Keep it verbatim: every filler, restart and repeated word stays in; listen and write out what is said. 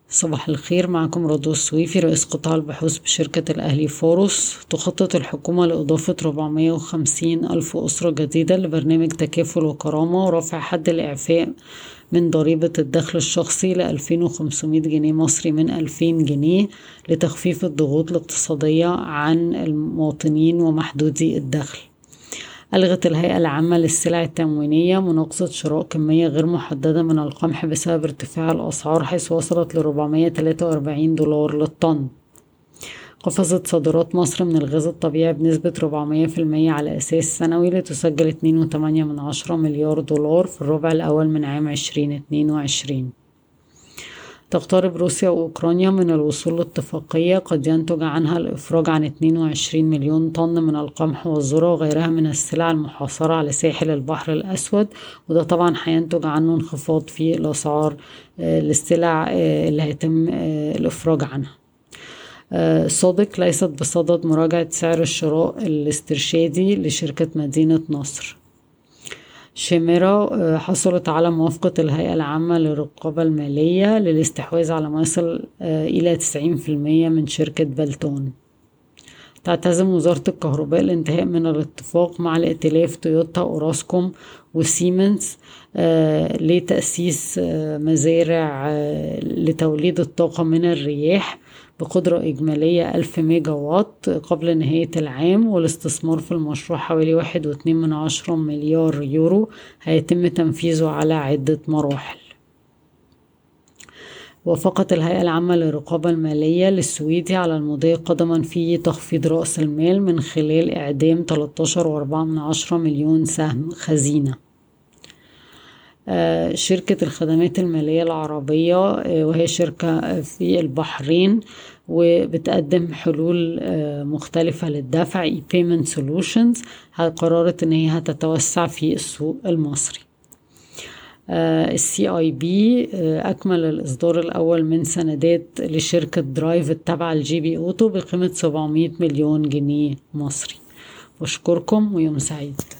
صباح الخير، معكم رضوى السويفي رئيس قطاع البحوث بشركة الأهلي فورس. تخطط الحكومة لإضافة أربعمائة وخمسين ألف أسرة جديدة لبرنامج تكافل وكرامة ورفع حد الإعفاء من ضريبة الدخل الشخصي ل ألفين وخمسمائة جنيه مصري من ألفين جنيه لتخفيف الضغوط الاقتصادية عن المواطنين ومحدودي الدخل. ألغت الهيئة العامة للسلع التموينية مناقصة شراء كمية غير محددة من القمح بسبب ارتفاع الأسعار، حيث وصلت ل أربعمائة وثلاثة وأربعين دولار للطن. قفزت صادرات مصر من الغاز الطبيعي بنسبة أربعمائة بالمئة على أساس سنوي لتسجل اثنين فاصلة ثمانية مليار دولار في الربع الأول من عام عشرين اثنين وعشرين. تقترب روسيا وأوكرانيا من الوصول لاتفاقية قد ينتج عنها الإفراج عن اثنين وعشرين مليون طن من القمح والذرة وغيرها من السلع المحاصرة على ساحل البحر الأسود، وده طبعا هينتج عنه انخفاض في الأسعار للسلع اللي هيتم الإفراج عنها. صادق ليست بصدد مراجعة سعر الشراء الاسترشادي لشركة مدينة نصر. شيميرا حصلت على موافقة الهيئة العامة للرقابة المالية للاستحواذ على ما يصل إلى تسعين بالمئة من شركة بلتون. تعتزم وزارة الكهرباء الانتهاء من الاتفاق مع الائتلاف تويوتا أوراسكوم وسيمنز لتأسيس مزارع لتوليد الطاقة من الرياح بقدرة إجمالية ألف ميجا وات قبل نهاية العام، والاستثمار في المشروع حوالي واحد فاصلة اثنين من عشرة مليار يورو هيتم تنفيذه على عدة مراحل. وافقت الهيئة العامة للرقابة المالية للسويدي على المضي قدما في تخفيض رأس المال من خلال إعدام ثلاثة عشر فاصلة أربعة من عشرة مليون سهم خزينة. شركة الخدمات المالية العربية وهي شركة في البحرين وبتقدم حلول مختلفة للدفع e-payment solutions، قررت ان هي هتتوسع في السوق المصري. السي اي بي اكمل الاصدار الاول من سندات لشركة درايف التابعة لجي بي اوتو بقيمة سبعمائة مليون جنيه مصري. بشكركم ويوم سعيد.